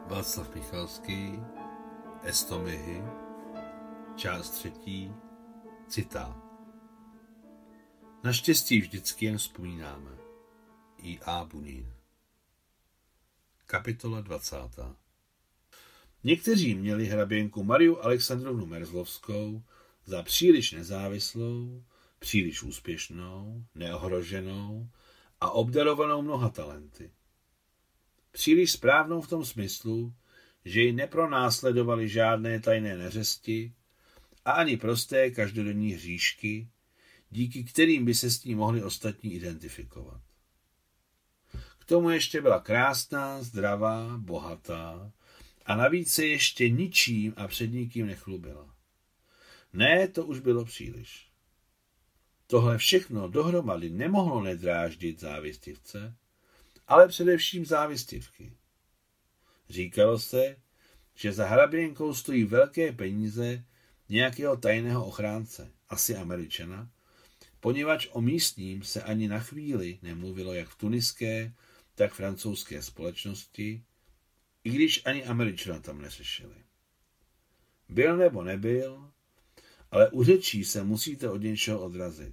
Václav Michalský, Estomihy, část 3, citát. Naštěstí vždycky jen vzpomínáme. I.A. Bunín. Kapitola 20. Někteří měli hraběnku Mariu Alexandrovnu Merzlovskou za příliš nezávislou, příliš úspěšnou, neohroženou a obdarovanou mnoha talenty. Příliš správnou v tom smyslu, že ji nepronásledovali žádné tajné neřesti a ani prosté každodenní hříšky, díky kterým by se s ní mohli ostatní identifikovat. K tomu ještě byla krásná, zdravá, bohatá a navíc se ještě ničím a před nikým nechlubila. Ne, to už bylo příliš. Tohle všechno dohromady nemohlo nedráždit závistivce, ale především závistivky. Říkalo se, že za hraběnkou stojí velké peníze nějakého tajného ochránce, asi Američana, poněvadž o místním se ani na chvíli nemluvilo jak v tuniské, tak francouzské společnosti, i když ani Američana tam neřešili. Byl nebo nebyl, ale u řečí se musíte od něčeho odrazit.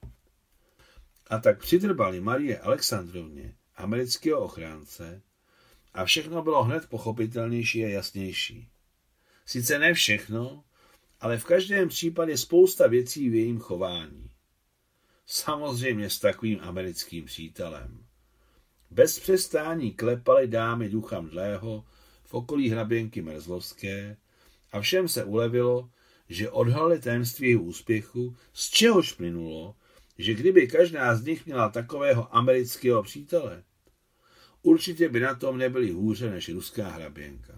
A tak přidrbali Marie Alexandrovně amerického ochránce a všechno bylo hned pochopitelnější a jasnější. Sice ne všechno, ale v každém případě spousta věcí v jejím chování. Samozřejmě s takovým americkým přítelem. Bez přestání klepaly dámy ducha mdlého v okolí hraběnky Merzlovské a všem se ulevilo, že odhalili tajemství jeho úspěchu, z čehož plynulo, že kdyby každá z nich měla takového amerického přítele, určitě by na tom nebyli hůře než ruská hraběnka.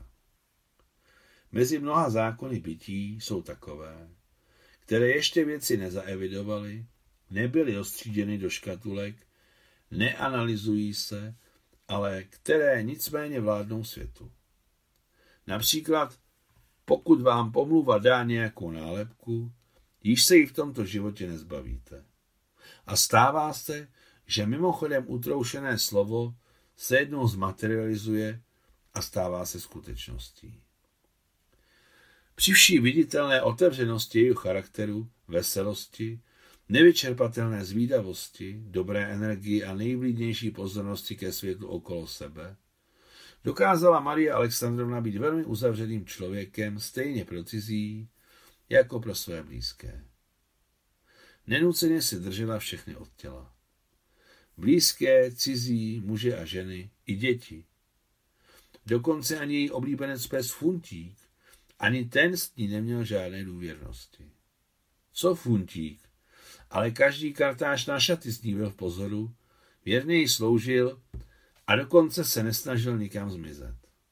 Mezi mnoha zákony bytí jsou takové, které ještě věci nezaevidovaly, nebyly ostříděny do škatulek, neanalyzují se, ale které nicméně vládnou světu. Například, pokud vám pomluva dá nějakou nálepku, již se jí v tomto životě nezbavíte. A stává se, že mimochodem utroušené slovo se jednou zmaterializuje a stává se skutečností. Při vší viditelné otevřenosti jejího charakteru, veselosti, nevyčerpatelné zvídavosti, dobré energii a nejvlídnější pozornosti ke světu okolo sebe, dokázala Marie Alexandrovna být velmi uzavřeným člověkem stejně pro cizí, jako pro své blízké. Nenuceně si držela všechny od těla. Blízké, cizí, muže a ženy, i děti. Dokonce ani její oblíbenec pes Funtík, ani ten s ní neměl žádné důvěrnosti. Co Funtík? Ale každý kartář na šaty s ní byl v pozoru, věrně jí sloužil a dokonce se nesnažil nikam zmizet.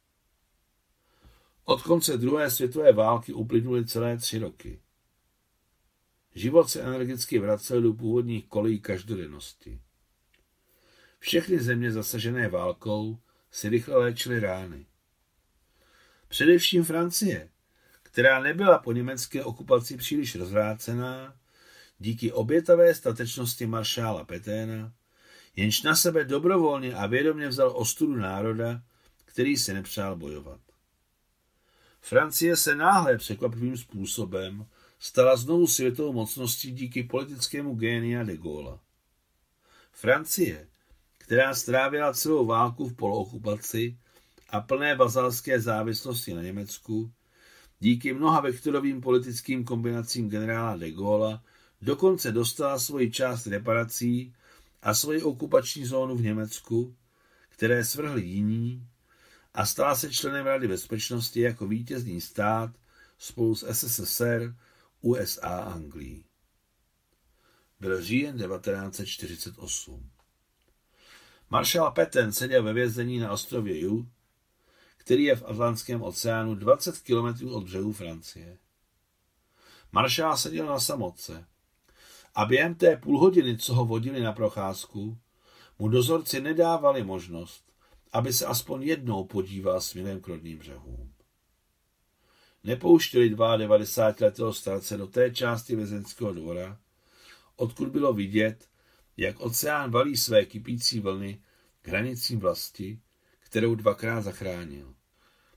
Od konce druhé světové války uplynuly celé 3 roky. Život se energicky vracel do původních kolejí každodennosti. Všechny země zasažené válkou si rychle léčily rány. Především Francie, která nebyla po německé okupaci příliš rozvrácená, díky obětavé statečnosti maršála Pétaina, jenž na sebe dobrovolně a vědomě vzal ostudu národa, který se nepřál bojovat. Francie se náhle překvapivým způsobem stala znovu světovou mocností díky politickému génia de Gaulle'a. Francie, která strávila celou válku v polookupaci a plné vazalské závislosti na Německu, díky mnoha vektorovým politickým kombinacím generála de Gaulle'a dokonce dostala svoji část reparací a svoji okupační zónu v Německu, které svrhli jiní, a stala se členem Rady bezpečnosti jako vítězný stát spolu s SSSR, USA a Anglií. Byl říjen 1948. Maršál Pétain seděl ve vězení na ostrově Ju, který je v Atlantském oceánu 20 kilometrů od břehu Francie. Maršál seděl na samotce a během té půlhodiny, co ho vodili na procházku, mu dozorci nedávali možnost, aby se aspoň jednou podíval směrem k rodným břehům. Nepouštěli 92letého starce do té části vězeňského dvora, odkud bylo vidět, jak oceán valí své kypící vlny k hranicím vlasti, kterou 2krát zachránil.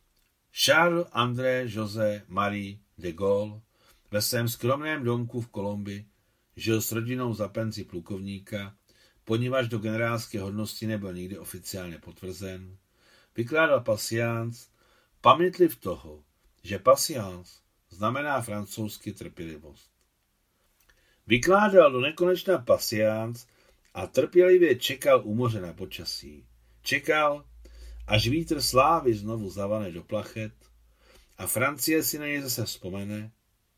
Charles André José Marie de Gaulle ve svém skromném domku v Kolombi žil s rodinou za penzi plukovníka, poněvadž do generálské hodnosti nebyl nikdy oficiálně potvrzen, vykládal patience, pamětliv toho, že patience znamená francouzsky trpělivost. Vykládal do nekonečna patience a trpělivě čekal u moře na počasí. Čekal, až vítr slávy znovu zavane do plachet a Francie si na něj zase vzpomene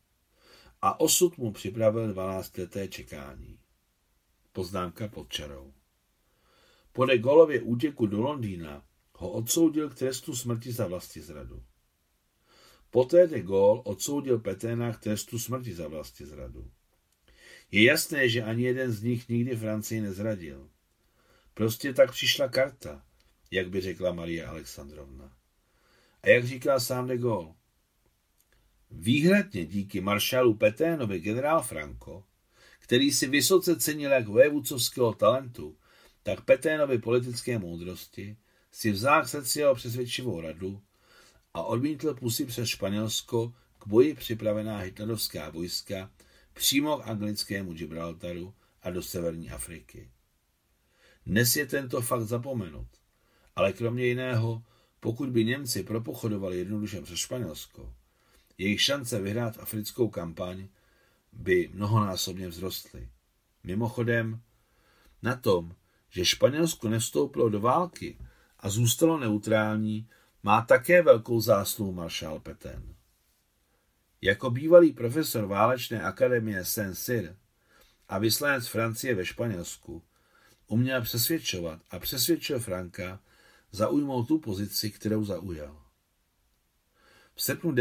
a osud mu připravil 12leté čekání. Poznámka pod čarou. Po de Gaullově útěku do Londýna ho odsoudil k trestu smrti za vlastizradu. Poté de Gaulle odsoudil Pétaina k trestu smrti za vlastizradu. Je jasné, že ani jeden z nich nikdy Francii nezradil. Prostě tak přišla karta, jak by řekla Marie Alexandrovna. A jak říkal sám de Gaulle, výhradně díky maršálu Pétainovi generál Franco, který si vysoce cenil jak vévůdcovského talentu, tak Pétainovy politické moudrosti, si vzal k srdci jeho přesvědčivou radu a odmítl pustit přes Španělsko k boji připravená hitlerovská vojska přímo k anglickému Gibraltaru a do severní Afriky. Dnes je tento fakt zapomenut, ale kromě jiného, pokud by Němci propochodovali jednoduše přes Španělsko, jejich šance vyhrát africkou kampaň by mnohonásobně vzrostly. Mimochodem, na tom, že Španělsko nevstoupilo do války a zůstalo neutrální, má také velkou zásluhu maršál Pétain. Jako bývalý profesor válečné akademie Saint-Cyr a vyslanec Francie ve Španělsku uměl přesvědčovat a přesvědčil Franka zaujmout tu pozici, kterou zaujal. V srpnu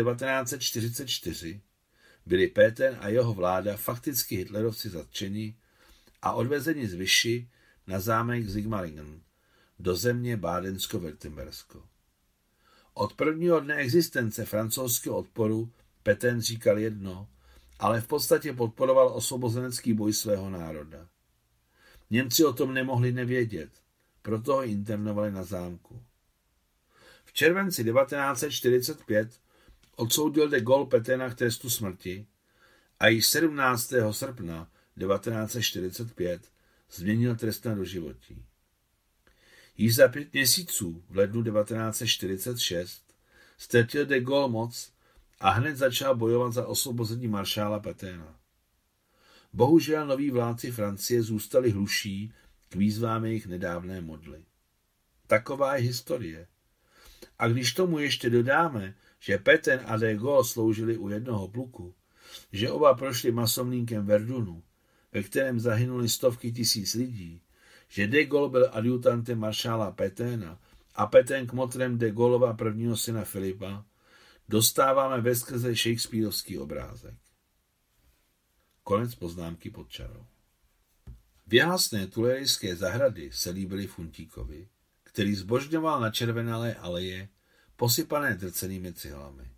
1944 byli Pétain a jeho vláda fakticky hitlerovci zatčeni a odvezeni z Vichy na zámek Sigmaringen do země Bádensko-Württembersko. Od prvního dne existence francouzského odporu Pétain říkal jedno, ale v podstatě podporoval osvobozenecký boj svého národa. Němci o tom nemohli nevědět, proto ho internovali na zámku. V červenci 1945 odsoudil de Gaulle Pétaina k trestu smrti a již 17. srpna 1945 změnil trest na doživotí. Již za 5 měsíců v lednu 1946 ztratil de Gaulle moc a hned začal bojovat za osvobození maršála Pétaina. Bohužel noví vládci Francie zůstali hluší k výzvám jejich nedávné modly. Taková je historie. A když tomu ještě dodáme, že Pétain a de Gaulle sloužili u jednoho pluku, že oba prošli masovníkem Verdunu, ve kterém zahynuli stovky tisíc lidí, že de Gaulle byl adjutantem maršála Pétaina a Pétain kmotrem de Gaullova prvního syna Filipa, dostáváme veskrze shakespearovský obrázek. Konec poznámky pod čarou. Věhlasné Tuilerijské zahrady se líbily Funtíkovi, který zbožňoval na červenalé aleje, posypané drcenými cihlami.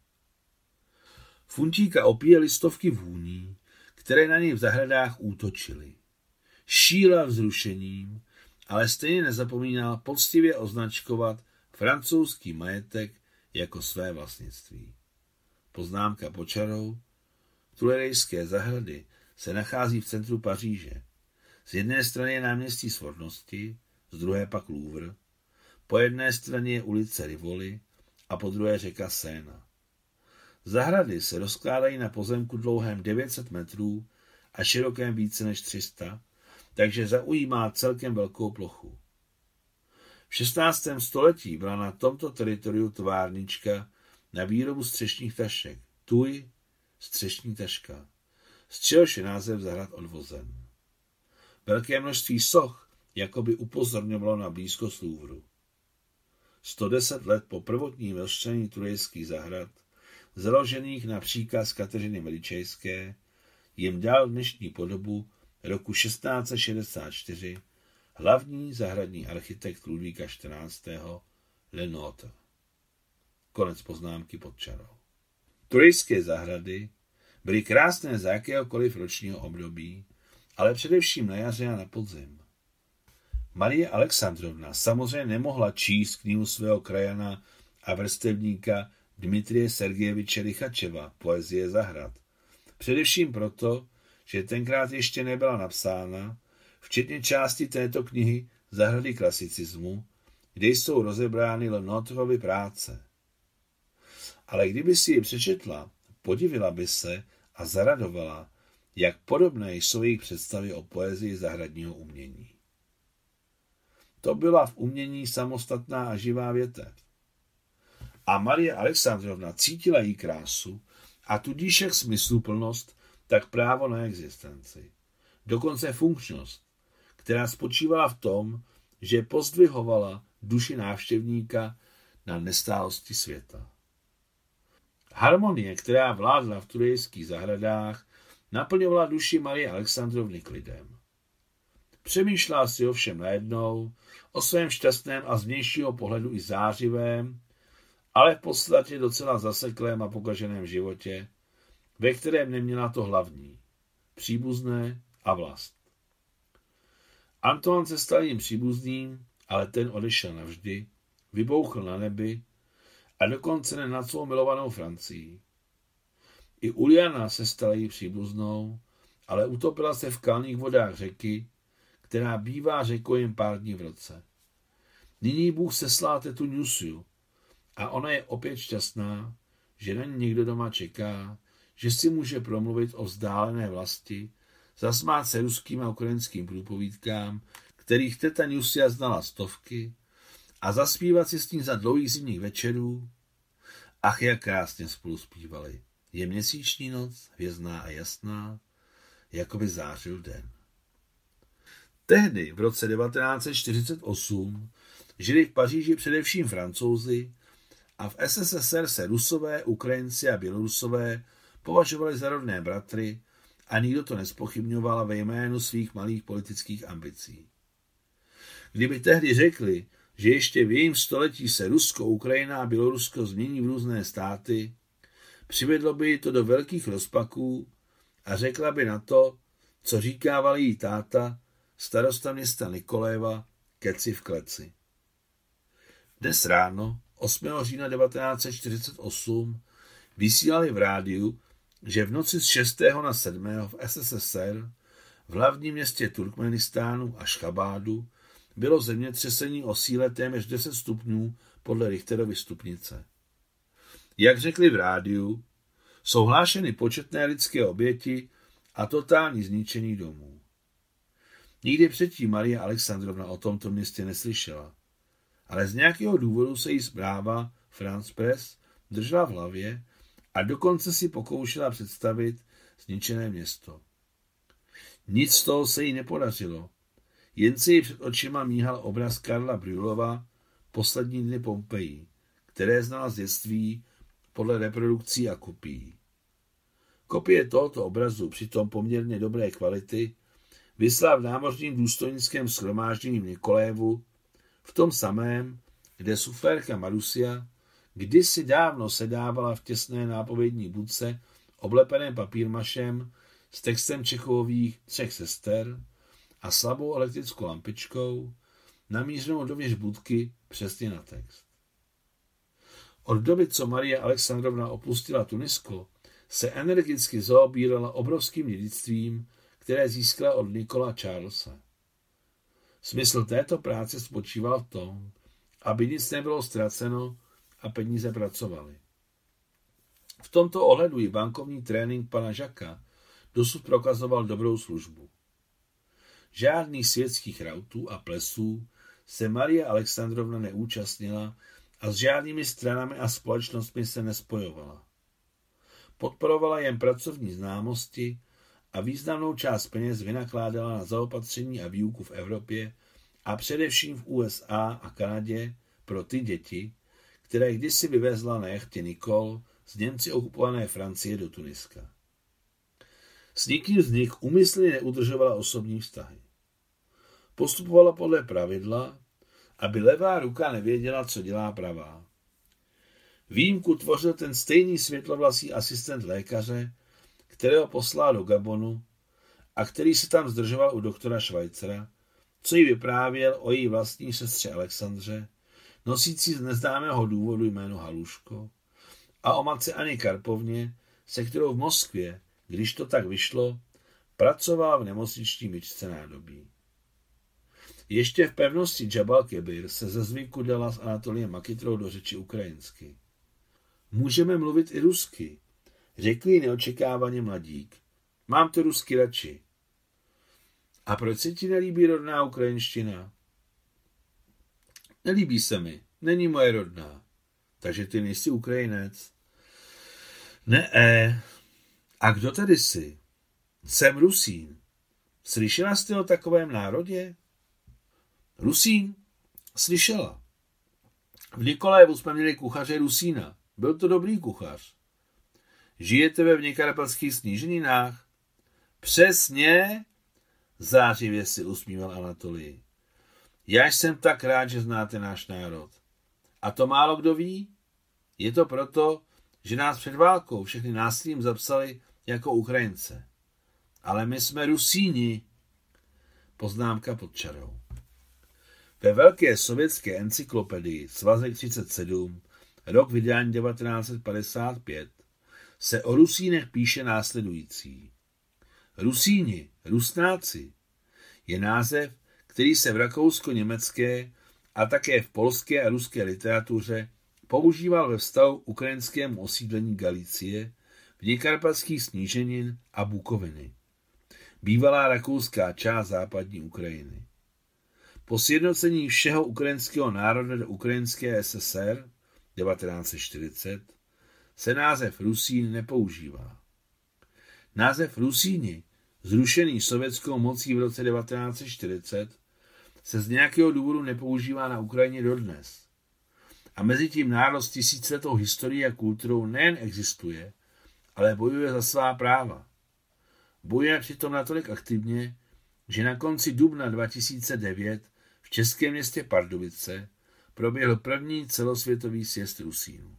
Funtíka opíjeli stovky vůní, které na něj v zahradách útočily. Šíla vzrušením, ale stejně nezapomínal poctivě označkovat francouzský majetek jako své vlastnictví. Poznámka pod čarou. Tuilerijské zahrady se nachází v centru Paříže. Z jedné strany je náměstí Svornosti, z druhé pak Louvre. Po jedné straně je ulice Rivoli a po druhé řeka Séna. Zahrady se rozkládají na pozemku dlouhém 900 metrů a širokém více než 300, takže zaujímá celkem velkou plochu. V 16. století byla na tomto teritoriu továrnička na výrobu střešních tašek, Tuy, střešní taška, z čehož je název zahrad odvozen. Velké množství soch jakoby upozorňovalo na blízkost Louvru. 110 let po prvotním rozčlenění Tuilerijských zahrad, založených na příkaz Kateřiny Medičejské, jim dal dnešní podobu roku 1664 hlavní zahradní architekt Ludvíka XIV. Le Nôtre. Konec poznámky pod čarou. Tuilerijské zahrady byly krásné za jakéhokoliv ročního období, ale především na jaře a na podzim. Marie Alexandrovna samozřejmě nemohla číst knihu svého krajana a vrstevníka Dmitrie Sergejeviče Lichačeva, Poezie zahrad. Především proto, že tenkrát ještě nebyla napsána, včetně části této knihy Zahrady klasicismu, kde jsou rozebrány Lenotrovy práce. Ale kdyby si ji přečetla, podivila by se a zaradovala, jak podobné jsou jejich představy o poezii zahradního umění. To byla v umění samostatná a živá větev. A Marie Alexandrovna cítila jí krásu a tudíž jak smysluplnost, tak právo na existenci. Dokonce funkčnost, která spočívala v tom, že pozdvihovala duši návštěvníka na nestálosti světa. Harmonie, která vládla v turejských zahradách, naplňovala duši Marie Alexandrovny klidem. Přemýšlela si ovšem najednou o svém šťastném a z vnějšího pohledu i zářivém, ale v podstatě docela zaseklém a pokaženém životě, ve kterém neměla to hlavní, příbuzné a vlast. Antoine se stal jím příbuzným, ale ten odešel navždy, vybouchl na nebi a dokonce ne nad svou milovanou Francií. I Uliana se stala jí příbuznou, ale utopila se v kalných vodách řeky, která bývá řekou jen pár dní v roce. Nyní Bůh seslal tetu Nusiu a ona je opět šťastná, že na ní někdo doma čeká, že si může promluvit o vzdálené vlasti, zasmát se ruským a ukrajinským průpovídkám, kterých teta Nusia znala stovky, a zaspívat si s ní za dlouhých zimních večerů. Ach, jak krásně spolu zpívali. Je měsíční noc, hvězdná a jasná, jako by zářil den. Tehdy, v roce 1948, žili v Paříži především Francouzi a v SSSR se Rusové, Ukrajinci a Bělorusové považovali za rodné bratry a nikdo to nezpochybňoval ve jménu svých malých politických ambicí. Kdyby tehdy řekli, že ještě v jejím století se Rusko, Ukrajina a Bělorusko změní v různé státy, přivedlo by ji to do velkých rozpaků a řekla by na to, co říkával jí táta, starosta města Nikoléva, keci v kleci. Dnes ráno, 8. října 1948, vysílali v rádiu, že v noci z 6. na 7. v SSSR, v hlavním městě Turkmenistánu Ašchabádu, bylo zemětřesení o síle téměř 10 stupňů podle Richterovy stupnice. Jak řekli v rádiu, jsou hlášeny početné lidské oběti a totální zničení domů. Nikdy předtím Marie Alexandrovna o tomto městě neslyšela, ale z nějakého důvodu se jí zpráva France Press držela v hlavě a dokonce si pokoušela představit zničené město. Nic z toho se jí nepodařilo, jen se jí před očima míhal obraz Karla Brühlova Poslední dny Pompeji, které znala z dětství podle reprodukcí a kopií. Kopie tohoto obrazu, přitom poměrně dobré kvality, vyslal v námořním důstojnickém shromáždění v Nikolévu, v tom samém, kde suflérka Marusia kdysi dávno sedávala v těsné nápovědní budce oblepeném papírmašem s textem Čechovových 3 sester a slabou elektrickou lampičkou, namířenou dovnitř budky přesně na text. Od doby, co Marie Alexandrovna opustila Tunisko, se energicky zaobírala obrovským dědictvím, které získala od Nikola Charlesa. Smysl této práce spočíval v tom, aby nic nebylo ztraceno a peníze pracovaly. V tomto ohledu i bankovní trénink pana Žaka dosud prokazoval dobrou službu. Žádných světských rautů a plesů se Marie Alexandrovna neúčastnila a s žádnými stranami a společnostmi se nespojovala. Podporovala jen pracovní známosti a významnou část peněz vynakládala na zaopatření a výuku v Evropě a především v USA a Kanadě pro ty děti, které kdysi vyvezla na jachtě Nicole z Němci okupované Francie do Tuniska. S nikým z nich úmyslně neudržovala osobní vztahy. Postupovala podle pravidla, aby levá ruka nevěděla, co dělá pravá. Výjimku tvořil ten stejný světlovlasý asistent lékaře, kterého poslala do Gabonu a který se tam zdržoval u doktora Schweizera, co jí vyprávěl o její vlastní sestře Alexandře, nosící z neznámého důvodu jméno Haluško, a o matce Ani Karpovně, se kterou v Moskvě, když to tak vyšlo, pracoval v nemocniční myčce nádobí. Ještě v pevnosti Džabal Kebir se ze zvyku dala s Anatoliem Makytrou do řeči ukrajinsky. Můžeme mluvit i rusky, řekl jí neočekávaně mladík. Mám to rusky radši. A proč se ti nelíbí rodná ukrajinština? Nelíbí se mi, není moje rodná. Takže ty nejsi Ukrajinec? Ne. A kdo tedy jsi? Jsem Rusín. Slyšela jste o takovém národě? Rusín? Slyšela. V Nikolajevu jsme měli kuchaře Rusína. Byl to dobrý kuchař. Žijete ve vněkarpatských sníženinách? Přesně, zářivě si usmíval Anatolij. Já jsem tak rád, že znáte náš národ. A to málo kdo ví? Je to proto, že nás před válkou všechny násilím zapsali jako Ukrajince. Ale my jsme Rusíni. Poznámka pod čarou. Ve velké sovětské encyklopedii Svazek 37, rok vydání 1955, se o Rusínech píše následující. Rusíni, Rusnáci, je název, který se v rakousko-německé a také v polské a ruské literatuře používal ve vztahu k ukrajinskému osídlení Galicie, vněkarpatských sníženin a Bukoviny, bývalá rakouská část západní Ukrajiny. Po sjednocení všeho ukrajinského národa do Ukrajinské SSR 1940 se název Rusín nepoužívá. Název Rusíni, zrušený sovětskou mocí v roce 1940, se z nějakého důvodu nepoužívá na Ukrajině dodnes. A mezi tím národ s tisíciletou historií a kulturou nejen existuje, ale bojuje za svá práva. Bojuje přitom natolik aktivně, že na konci dubna 2009 v českém městě Pardubice proběhl první celosvětový sjezd Rusínů.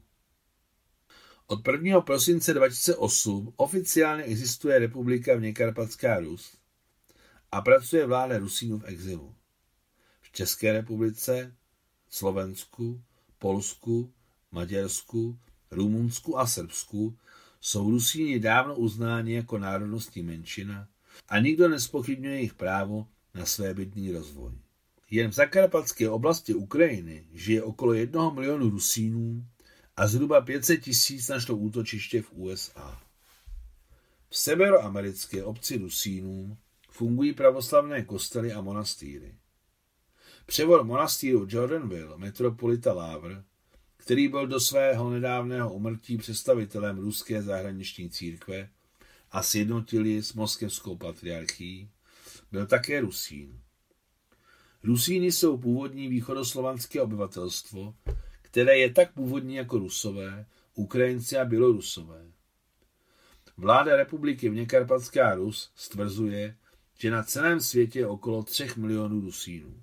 Od 1. prosince 2008 oficiálně existuje Republika Vněkarpatská Rus a pracuje vláda Rusínů v exilu. V České republice, Slovensku, Polsku, Maďarsku, Rumunsku a Srbsku jsou Rusíni dávno uznáni jako národnostní menšina a nikdo nezpochybňuje jejich právo na svébytný rozvoj. Jen v zakarpatské oblasti Ukrajiny žije okolo 1 milionu Rusínů a zhruba 500 000 našlo útočiště v USA. V severoamerické obci Rusínů fungují pravoslavné kostely a monastýry. Převod monastýru Jordanville metropolita Lavr, který byl do svého nedávného umrtí představitelem ruské zahraniční církve a sjednotil ji s moskevskou patriarchií, byl také Rusín. Rusíni jsou původní východoslovanské obyvatelstvo, které je tak původní jako Rusové, Ukrajinci a Bělorusové. Vláda republiky Vněkarpatská Rus stvrzuje, že na celém světě je okolo 3 milionů Rusínů.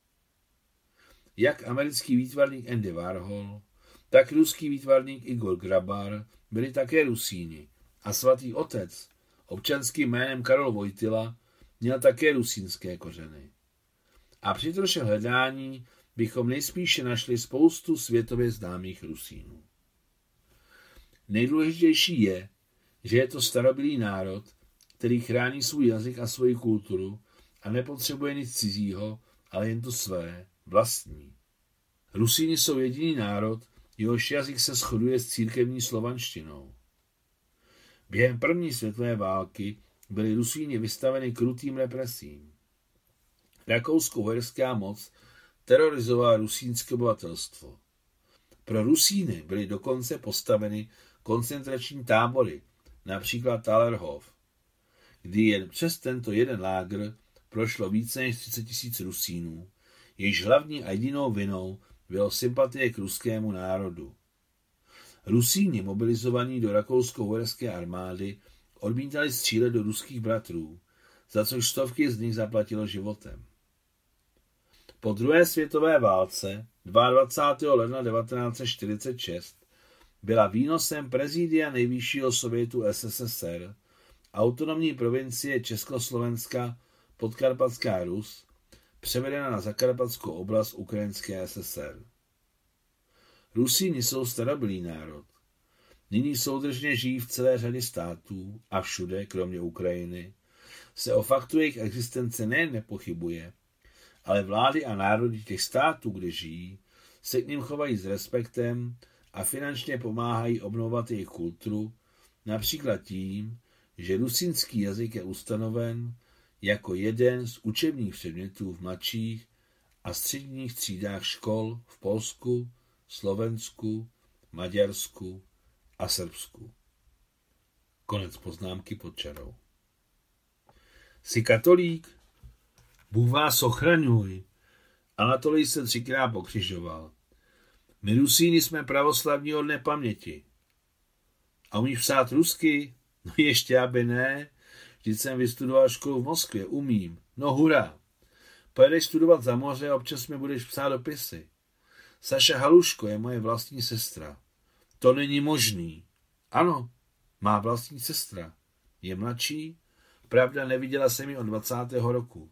Jak americký výtvarník Andy Warhol, tak ruský výtvarník Igor Grabar byli také Rusíni a svatý otec, občanským jménem Karol Vojtila, měl také rusínské kořeny. A při troše hledání bychom nejspíše našli spoustu světově známých Rusínů. Nejdůležitější je, že je to starobylý národ, který chrání svůj jazyk a svoji kulturu a nepotřebuje nic cizího, ale jen to své, vlastní. Rusíni jsou jediný národ, jehož jazyk se shoduje s církevní slovanštinou. Během první světové války byli Rusíni vystaveni krutým represím. Rakousko-uherská moc terorizovala rusínské obyvatelstvo. Pro Rusíny byly dokonce postaveny koncentrační tábory, například Thalerhof, kdy jen přes tento jeden lágr prošlo více než 30 000 Rusínů, jejichž hlavní a jedinou vinou bylo sympatie k ruskému národu. Rusíni mobilizovaní do rakousko-uherské armády odmítali střílet do ruských bratrů, za což stovky z nich zaplatilo životem. Po druhé světové válce 22. ledna 1946 byla výnosem prezidia nejvyššího sovětu SSSR autonomní provincie Československa Podkarpatská Rus převedena na zakarpatskou oblast Ukrajinské SSR. Rusíni jsou starobylý národ. nyní soudržně žijí v celé řadě států a všude, kromě Ukrajiny, se o faktu jejich existence nejen nepochybuje, ale vlády a národy těch států, kde žijí, se k nim chovají s respektem a finančně pomáhají obnovovat jejich kulturu, například tím, že rusínský jazyk je ustanoven jako jeden z učebních předmětů v mladších a středních třídách škol v Polsku, Slovensku, Maďarsku a Srbsku. Konec poznámky pod čarou. Jsi katolík? Bůh vás ochraňuj. Anatolij se 3krát pokřižoval. My Rusíni jsme pravoslavní od nepaměti. A umíš psát rusky? No ještě aby ne. Vždyť jsem vystudoval školu v Moskvě. Umím. No hurá. Pojedeš studovat za moře a občas mi budeš psát dopisy. Saša Haluško je moje vlastní sestra. To není možný. Ano, má vlastní sestra. Je mladší? Pravda, neviděla jsem ji od 20. roku.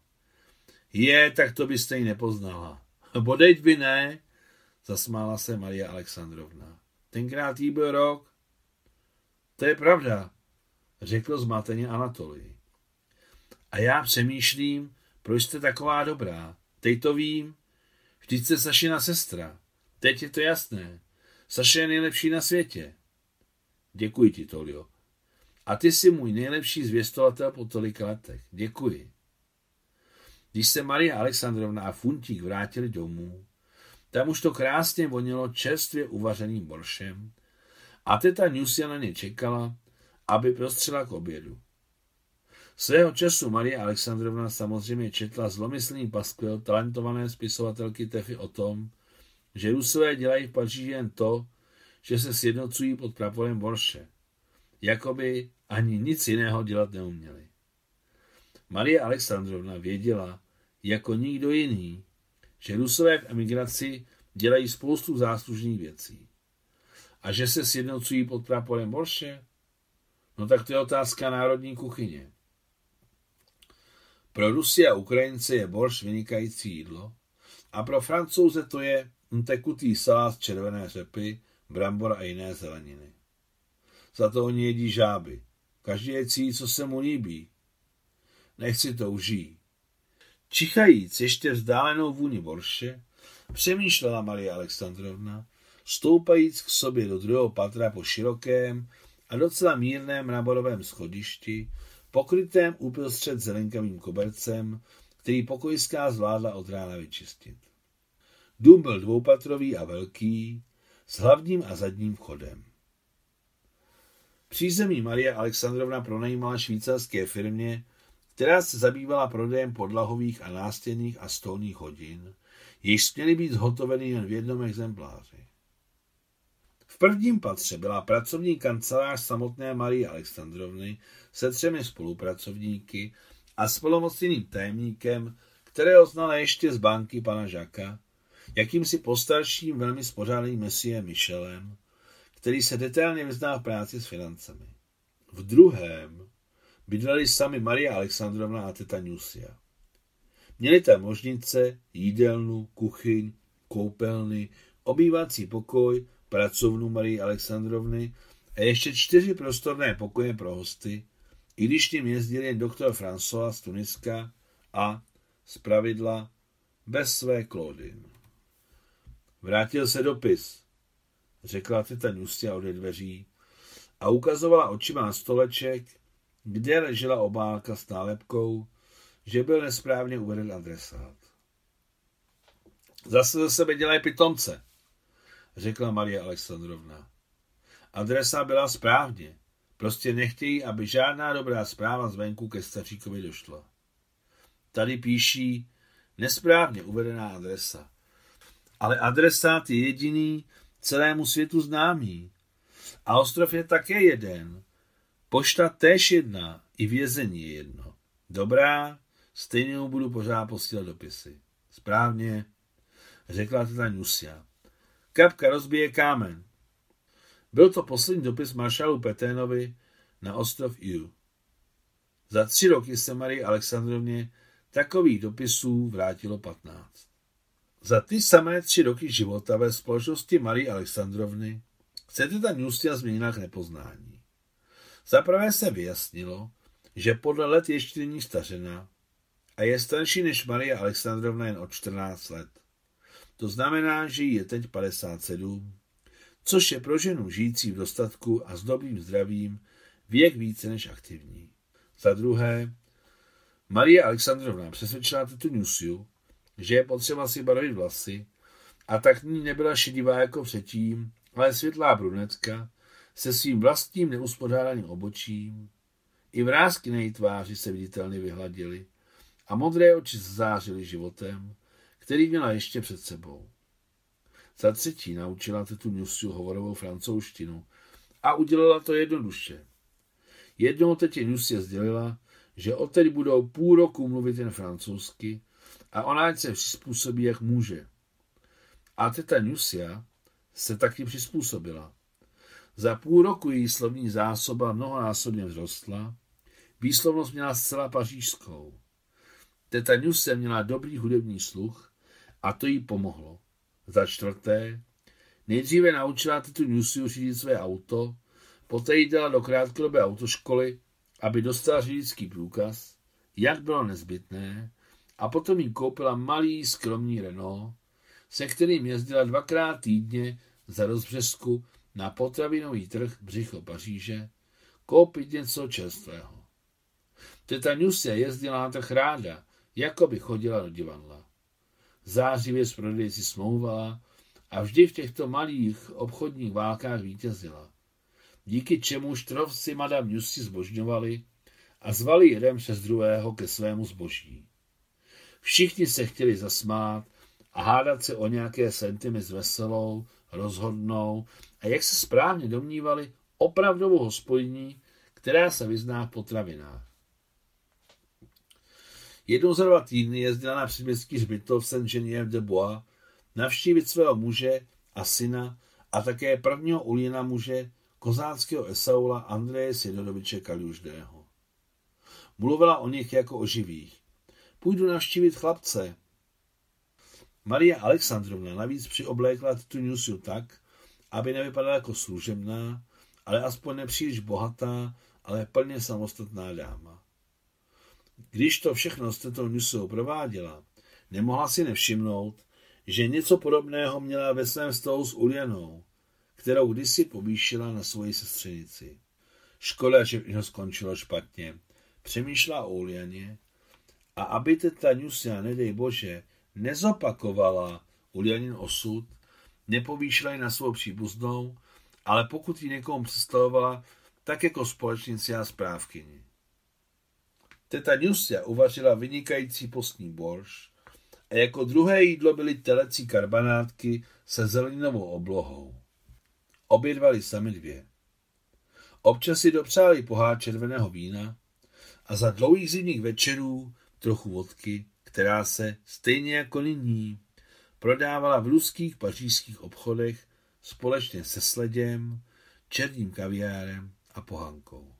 Tak to byste ji nepoznala. Bodejť by ne, zasmála se Maria Alexandrovna. Tenkrát jí byl rok. To je pravda, řekl zmateně Anatolij. A já přemýšlím, proč jste taková dobrá. Teď to vím. Vždyť jste Sašina sestra. Teď je to jasné. Saša je nejlepší na světě. Děkuji ti, Tolio. A ty jsi můj nejlepší zvěstovatel po tolika letech. Děkuji. Když se Maria Alexandrovna a Funtík vrátili domů, tam už to krásně vonilo čerstvě uvařeným boršem a teta Nusia na ně čekala, aby prostřela k obědu. Svého času Maria Alexandrovna samozřejmě četla zlomyslný paskvil talentované spisovatelky Tefy o tom, že Rusové dělají v Paříži jen to, že se sjednocují pod praporem borše. Jakoby ani nic jiného dělat neuměli. Maria Alexandrovna věděla, jako nikdo jiný, že Rusové v emigraci dělají spoustu záslužných věcí. A že se sjednocují pod praporem borše? No tak to je otázka národní kuchyně. Pro Rusy a Ukrajince je borš vynikající jídlo a pro Francouze to je tekutý salát z červené řepy, brambor a jiné zeleniny. Za to oni jedí žáby. Každý jedí, co se mu líbí. Nechci to užít. Čichajíc ještě vzdálenou vůni borše, přemýšlela Maria Alexandrovna, stoupajíc k sobě do druhého patra po širokém a docela mírném mramorovém schodišti, pokrytém uprostřed zelenkavým kobercem, který pokojská zvládla od rána vyčistit. Dům byl dvoupatrový a velký, s hlavním a zadním vchodem. Přízemí Maria Alexandrovna pronajímala švýcarské firmě, která se zabývala prodejem podlahových a nástěnných a stolních hodin, jež směly být zhotoveny jen v jednom exempláři. V prvním patře byla pracovní kancelář samotné Marie Alexandrovny se 3 spolupracovníky a splnomocněným tajemníkem, kterého znala ještě z banky pana Žaka, jakýmsi postarším velmi spořádným mesiem Michelem, který se detailně vyzná v práci s financemi. V druhém bydleli sami Maria Alexandrovna a teta Nusia. Měli tam ložnice, jídelnu, kuchyň, koupelny, obývací pokoj, pracovnu Marie Alexandrovny a ještě 4 prostorné pokoje pro hosty, i když tím jezdil jen doktor François z Tuniska a, zpravidla, bez své Claudine. Vrátil se dopis, řekla teta Nusia ode dveří a ukazovala očima na stoleček, kde ležela obálka s nálepkou, že byl nesprávně uveden adresát. Zase ze sebe dělají pitomce, řekla Maria Alexandrovna. Adresa byla správně, prostě nechtějí, aby žádná dobrá zpráva zvenku ke staříkovi došla. Tady píší nesprávně uvedená adresa, ale adresát je jediný, celému světu známý. A ostrov je také jeden. Pošta též jedna, i vězení je jedno. Dobrá, stejně mu budu pořád posílat dopisy. Správně, řekla teta Nusia. Kapka rozbije kámen. Byl to poslední dopis maršalu Peténovi na ostrov Iu. Za 3 roky se Marii Alexandrovně takových dopisů vrátilo 15. Za ty samé 3 roky života ve společnosti Marie Alexandrovny se teta Nusia změnila k nepoznání. Zaprvé se vyjasnilo, že podle let ještě není stařena a je starší než Marie Alexandrovna jen o 14 let. To znamená, že jí je teď 57, což je pro ženu žijící v dostatku a s dobrým zdravím věk více než aktivní. Za druhé, Marie Alexandrovna přesvědčila tetu Nusiu, že je potřeba si barvit vlasy, a tak ní nebyla šedivá jako předtím, ale světlá brunetka se svým vlastním neuspořádaným obočím. I vrásky na její tváři se viditelně vyhladily a modré oči zářily životem, který měla ještě před sebou. Za třetí naučila tetu Nusiu hovorovou francouzštinu a udělala to jednoduše. Jednou tetě Nusia sdělila, že odteď budou půl roku mluvit jen francouzsky a ona ať se přizpůsobí, jak může. A teta Nusia se taky přizpůsobila. Za půl roku její slovní zásoba mnohonásobně vzrostla, výslovnost měla zcela pařížskou. Teta Nusia měla dobrý hudební sluch a to jí pomohlo. Za čtvrté, nejdříve naučila tetu Nusiu řídit své auto, poté jí dala do krátkodobé autoškoly, aby dostala řidičský průkaz, jak bylo nezbytné, a potom jí koupila malý skromný Renault, se kterým jezdila 2krát týdně za rozbřesku na potravinový trh Břicho Paříže koupit něco čerstvého. Teta Nusia jezdila na trh ráda, jako by chodila do divadla. Zářivě s prodejci smlouvala a vždy v těchto malých obchodních válkách vítězila, díky čemuž trhovci madame Nusi zbožňovali a zvali jeden přes druhého ke svému zboží. Všichni se chtěli zasmát a hádat se o nějaké sentimy s veselou, rozhodnou a jak se správně domnívali, opravdovou hospodyní, která se vyzná v potravinách. Jednou za 2 týdny jezdila na předměstský hřbitov Saint-Geneviève-de-Bois navštívit svého muže a syna a také prvního Uljina muže, kozáckého esaula Andreje Sjedoroviče Kaljužného. Mluvila o nich jako o živých. Půjdu navštívit chlapce. Maria Alexandrovna navíc přioblékla tetu Nusiu tak, aby nevypadala jako služebná, ale aspoň nepříliš bohatá, ale plně samostatná dáma. Když to všechno s tetou Nusiou prováděla, nemohla si nevšimnout, že něco podobného měla ve svém vztahu s Uljanou, kterou kdysi povýšila na svoji sestřenici. Škoda, že všechno skončilo špatně. Přemýšlela o Uljaně a aby teta Nusia, nedej bože, nezopakovala Uljanin osud, nepovýšila ji na svou příbuznou, ale pokud ji někomu představovala, tak jako společnici a správkyni. Teta Nusia uvařila vynikající postní borš a jako druhé jídlo byly telecí karbanátky se zeleninovou oblohou. Obědvali sami 2. Občas si dopřáli pohár červeného vína a za dlouhých zimních večerů trochu vodky, která se, stejně jako nyní, prodávala v ruských pařížských obchodech společně se sledem, černým kaviárem a pohankou.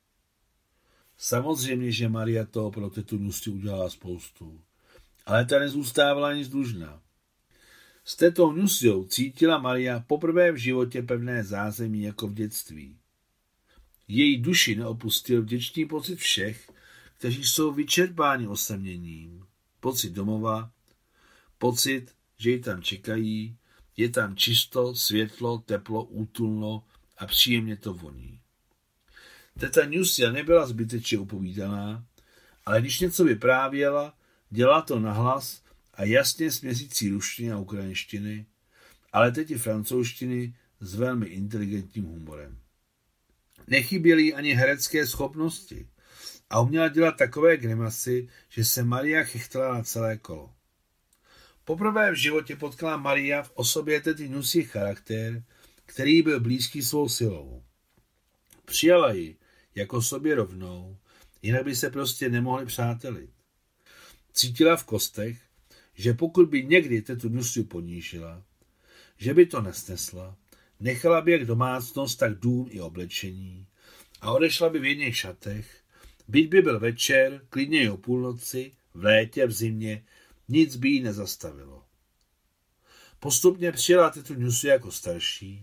Samozřejmě, že Maria toho pro tetu Nusiu udělala spoustu, ale ta nezůstávala nic dlužná. S tetou Nusiou cítila Maria poprvé v životě pevné zázemí jako v dětství. Její duši neopustil vděčný pocit všech, kteří jsou vyčerpáni osaměním, pocit domova, pocit, že ji tam čekají, je tam čisto, světlo, teplo, útulno a příjemně to voní. Teta Nusia nebyla zbytečně upovídaná, ale když něco vyprávěla, dělala to nahlas a jasně směsící ruštiny a ukrajinštiny, ale teď i francouzštiny s velmi inteligentním humorem. Nechyběly jí ani herecké schopnosti a uměla dělat takové grimasy, že se Maria chechtala na celé kolo. Poprvé v životě potkala Maria v osobě tety Nusi charakter, který byl blízký svou silou. Přijala ji jako sobě rovnou, jinak by se prostě nemohli přátelit. Cítila v kostech, že pokud by někdy tetu Nusiu ponížila, že by to nesnesla, nechala by jak domácnost, tak dům i oblečení a odešla by v jedných šatech, byť by byl večer, klidně i o půlnoci, v létě, v zimě, nic by jí nezastavilo. Postupně přijala tetu Nusiu jako starší,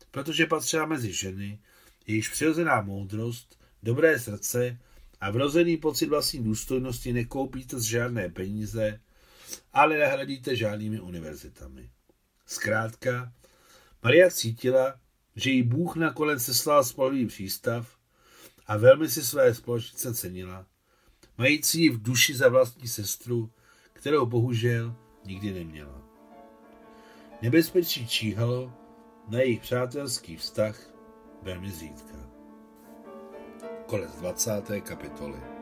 protože patřila mezi ženy, jejichž přirozená moudrost, dobré srdce a vrozený pocit vlastní důstojnosti nekoupíte z žádné peníze, ale nahradíte žádnými univerzitami. Zkrátka, Maria cítila, že jí Bůh nakonec seslal spolehlivý přístav a velmi si své společnice cenila, mající ji v duši za vlastní sestru, kterou bohužel nikdy neměla. Nebezpečí číhalo na jejich přátelský vztah velmi zřídka. Konec 20. kapitoly.